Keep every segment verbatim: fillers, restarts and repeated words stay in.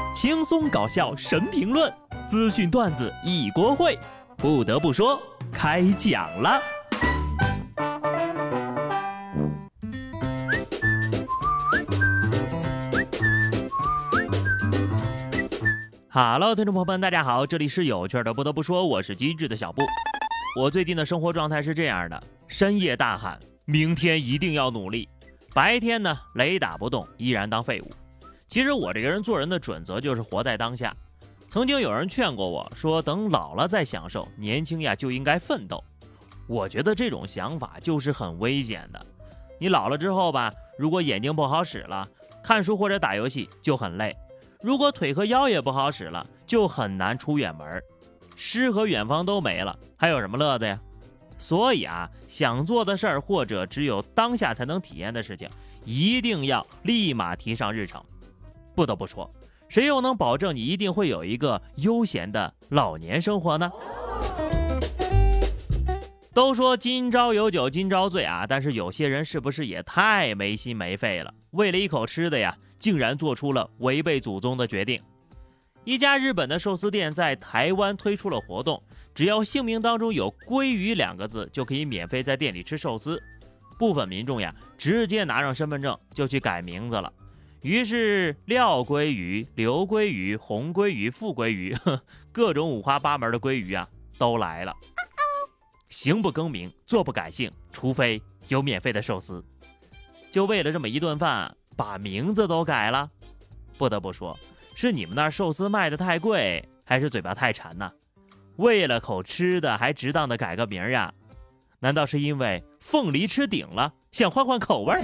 轻松搞笑神评论，资讯段子一锅烩。不得不说，开讲了。Hello， 听众朋友们，大家好，这里是有趣的。不得不说，我是机智的小布。我最近的生活状态是这样的：深夜大喊，明天一定要努力；白天呢，雷打不动，依然当废物。其实我这个人做人的准则就是活在当下。曾经有人劝过我说，等老了再享受，年轻呀就应该奋斗。我觉得这种想法就是很危险的。你老了之后吧，如果眼睛不好使了，看书或者打游戏就很累；如果腿和腰也不好使了，就很难出远门。诗和远方都没了，还有什么乐子呀？所以啊，想做的事儿或者只有当下才能体验的事情，一定要立马提上日程。不得不说，谁又能保证你一定会有一个悠闲的老年生活呢？都说今朝有酒今朝醉啊，但是有些人是不是也太没心没肺了？为了一口吃的呀，竟然做出了违背祖宗的决定。一家日本的寿司店在台湾推出了活动，只要姓名当中有鲑鱼两个字，就可以免费在店里吃寿司。部分民众呀，直接拿上身份证就去改名字了。于是廖鲑鱼、刘鲑鱼、红鲑鱼、富鲑鱼，呵各种五花八门的鲑鱼啊都来了。行不更名，坐不改姓，除非有免费的寿司。就为了这么一顿饭，把名字都改了。不得不说，是你们那儿寿司卖的太贵，还是嘴巴太馋呢？为了口吃的还值当的改个名呀？难道是因为凤梨吃顶了，想换换口味？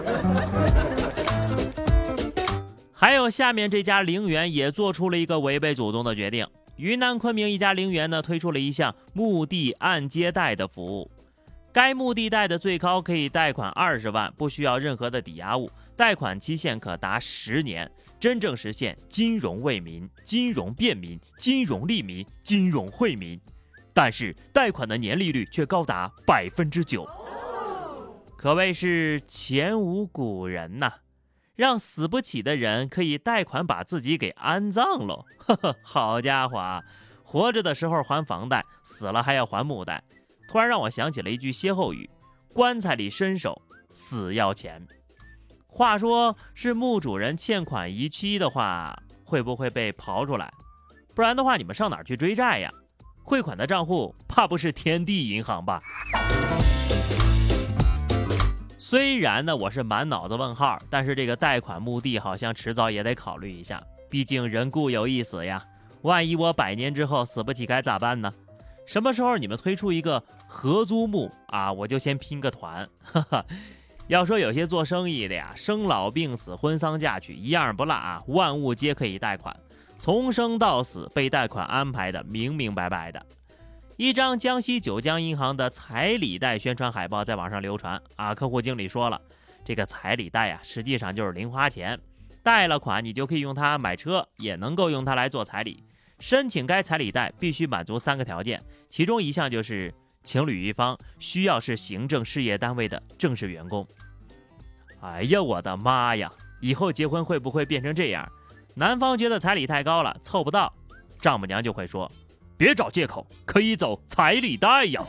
还有下面这家陵园也做出了一个违背祖宗的决定。云南昆明一家陵园呢，推出了一项墓地按揭贷的服务。该墓地贷的最高可以贷款二十万，不需要任何的抵押物，贷款期限可达十年，真正实现金融为民、金融便民、金融利民、金融惠民。但是贷款的年利率却高达百分之九，可谓是前无古人呐、啊。让死不起的人可以贷款把自己给安葬喽！呵呵，好家伙啊，活着的时候还房贷，死了还要还墓贷。突然让我想起了一句歇后语：棺材里伸手，死要钱。话说是墓主人欠款逾期的话，会不会被刨出来？不然的话，你们上哪儿去追债呀？汇款的账户怕不是天地银行吧？虽然呢我是满脑子问号，但是这个贷款墓地好像迟早也得考虑一下，毕竟人固有一死呀，万一我百年之后死不起该咋办呢？什么时候你们推出一个合租墓啊，我就先拼个团。哈哈，要说有些做生意的呀，生老病死婚丧嫁娶一样不落啊，万物皆可以贷款，从生到死被贷款安排的明明白白的。一张江西九江银行的彩礼贷宣传海报在网上流传啊，客户经理说了，这个彩礼贷啊，实际上就是零花钱，贷了款你就可以用它买车，也能够用它来做彩礼。申请该彩礼贷必须满足三个条件，其中一项就是情侣一方需要是行政事业单位的正式员工。哎呀，我的妈呀！以后结婚会不会变成这样？男方觉得彩礼太高了，凑不到，丈母娘就会说，别找借口，可以走彩礼贷呀。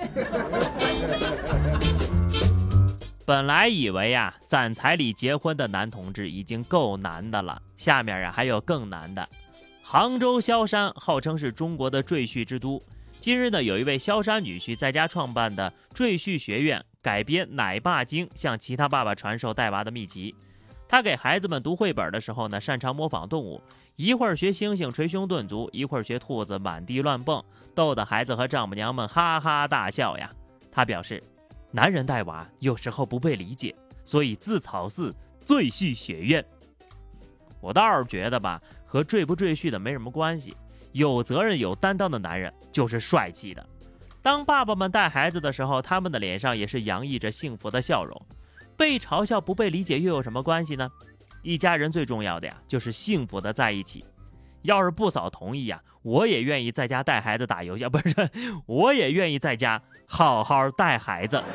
本来以为呀、啊，攒彩礼结婚的男同志已经够难的了，下面呀、啊、还有更难的。杭州萧山号称是中国的赘婿之都，近日呢，有一位萧山女婿在家创办的赘婿学院，改编奶爸经，向其他爸爸传授带娃的秘籍。他给孩子们读绘本的时候呢，擅长模仿动物，一会儿学猩猩捶胸顿足，一会儿学兔子满地乱蹦，逗得孩子和丈母娘们哈哈大笑呀。他表示，男人带娃有时候不被理解，所以自草寺赘婿学院。我倒是觉得吧，和赘不赘婿的没什么关系，有责任有担当的男人就是帅气的。当爸爸们带孩子的时候，他们的脸上也是洋溢着幸福的笑容。被嘲笑不被理解又有什么关系呢？一家人最重要的呀，就是幸福的在一起。要是不嫂同意呀，我也愿意在家带孩子打游戏，不是，我也愿意在家好好带孩子。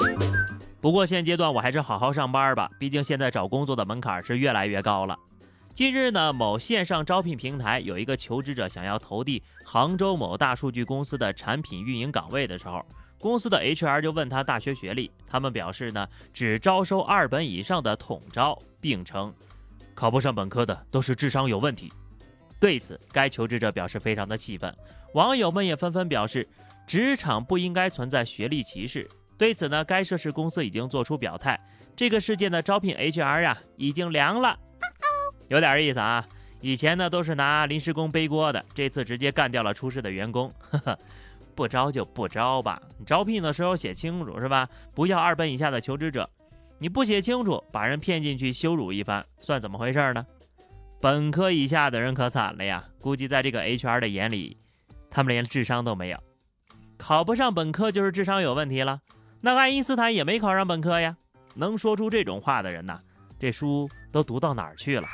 不过现阶段我还是好好上班吧，毕竟现在找工作的门槛是越来越高了。 近日呢，某线上招聘平台有一个求职者想要投递杭州某大数据公司的产品运营岗位的时候，公司的 H R 就问他大学学历，他们表示呢，只招收二本以上的统招，并称考不上本科的都是智商有问题。对此，该求职者表示非常的气愤，网友们也纷纷表示，职场不应该存在学历歧视。对此呢，该涉事公司已经做出表态，这个事件的招聘 H R 啊已经凉了。有点意思啊，以前呢都是拿临时工背锅的，这次直接干掉了出事的员工。呵呵，不招就不招吧，你招聘的时候写清楚是吧？不要二本以下的求职者，你不写清楚，把人骗进去羞辱一番，算怎么回事呢？本科以下的人可惨了呀，估计在这个 H R 的眼里，他们连智商都没有，考不上本科就是智商有问题了。那爱因斯坦也没考上本科呀，能说出这种话的人呐，这书都读到哪儿去了？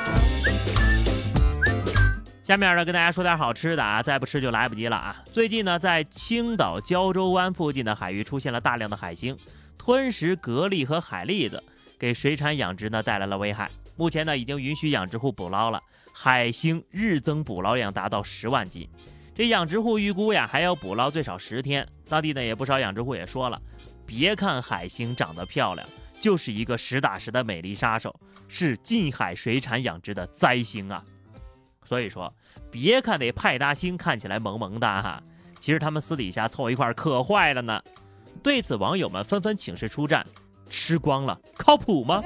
下面呢，跟大家说点好吃的啊，再不吃就来不及了啊！最近呢，在青岛胶州湾附近的海域出现了大量的海星，吞食蛤蜊和海蛎子，给水产养殖呢带来了危害。目前呢，已经允许养殖户捕捞了，海星日增捕捞量达到十万斤。这养殖户预估呀，还要捕捞最少十天。当地呢，也不少养殖户也说了，别看海星长得漂亮，就是一个实打实的美丽杀手，是近海水产养殖的灾星啊！所以说，别看那派大星看起来萌萌的哈，其实他们私底下凑一块可坏了呢。对此，网友们纷纷请示出战，吃光了靠谱吗？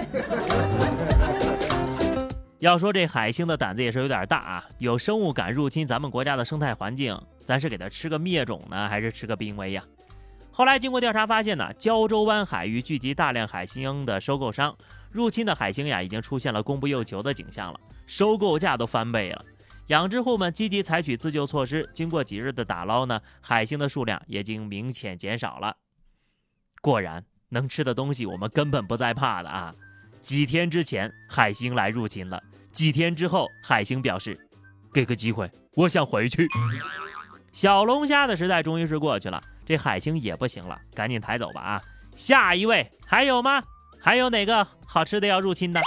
要说这海星的胆子也是有点大啊，有生物敢入侵咱们国家的生态环境，咱是给它吃个灭种呢，还是吃个濒危呀？后来经过调查发现呢，胶州湾海域聚集大量海星的收购商，入侵的海星呀已经出现了供不应求的景象了，收购价都翻倍了。养殖户们积极采取自救措施，经过几日的打捞呢，海星的数量已经明显减少了。果然，能吃的东西我们根本不再怕的啊！几天之前，海星来入侵了；几天之后，海星表示，给个机会，我想回去。小龙虾的时代终于是过去了，这海星也不行了，赶紧抬走吧啊！下一位还有吗？还有哪个好吃的要入侵的？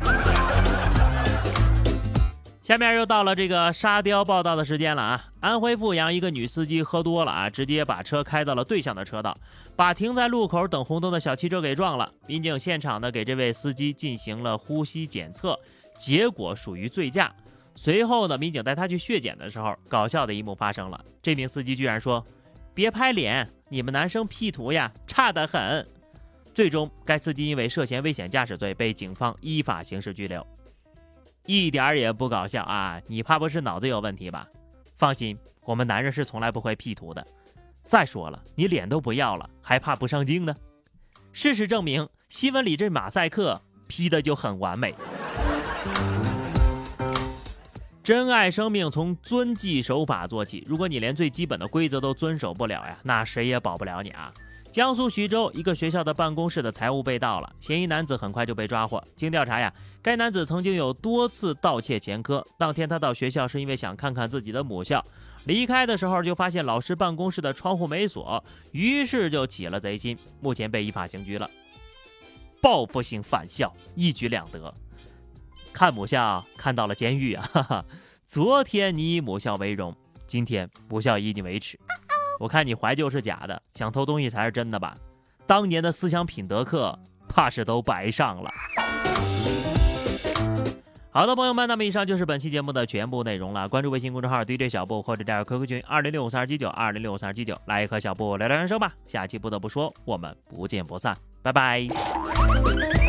下面又到了这个沙雕报道的时间了啊！安徽阜阳一个女司机喝多了啊，直接把车开到了对向的车道，把停在路口等红灯的小汽车给撞了。民警现场呢给这位司机进行了呼吸检测，结果属于醉驾。随后呢，民警带他去血检的时候，搞笑的一幕发生了，这名司机居然说：“别拍脸，你们男生 P 图呀，差得很。”最终，该司机因为涉嫌危险驾驶罪被警方依法刑事拘留。一点也不搞笑啊！你怕不是脑子有问题吧？放心，我们男人是从来不会 P 图的。再说了，你脸都不要了，还怕不上镜呢？事实证明，新闻里这马赛克 P 的就很完美。珍爱生命，从遵纪守法做起。如果你连最基本的规则都遵守不了呀，那谁也保不了你啊！江苏徐州一个学校的办公室的财物被盗了，嫌疑男子很快就被抓获。经调查呀，该男子曾经有多次盗窃前科。当天他到学校是因为想看看自己的母校，离开的时候就发现老师办公室的窗户没锁，于是就起了贼心，目前被依法刑拘了。报复性返校，一举两得。看母校看到了监狱啊！哈哈，昨天你以母校为荣，今天母校以你为耻。我看你怀旧是假的，想偷东西才是真的吧？当年的思想品德课怕是都白上了。好的，朋友们，那么以上就是本期节目的全部内容了。关注微信公众号 D J 小布，或者加入 Q Q 群二零六五三二七九二零六五三二七九，来和小布聊聊人生吧。下期不得不说，我们不见不散，拜拜。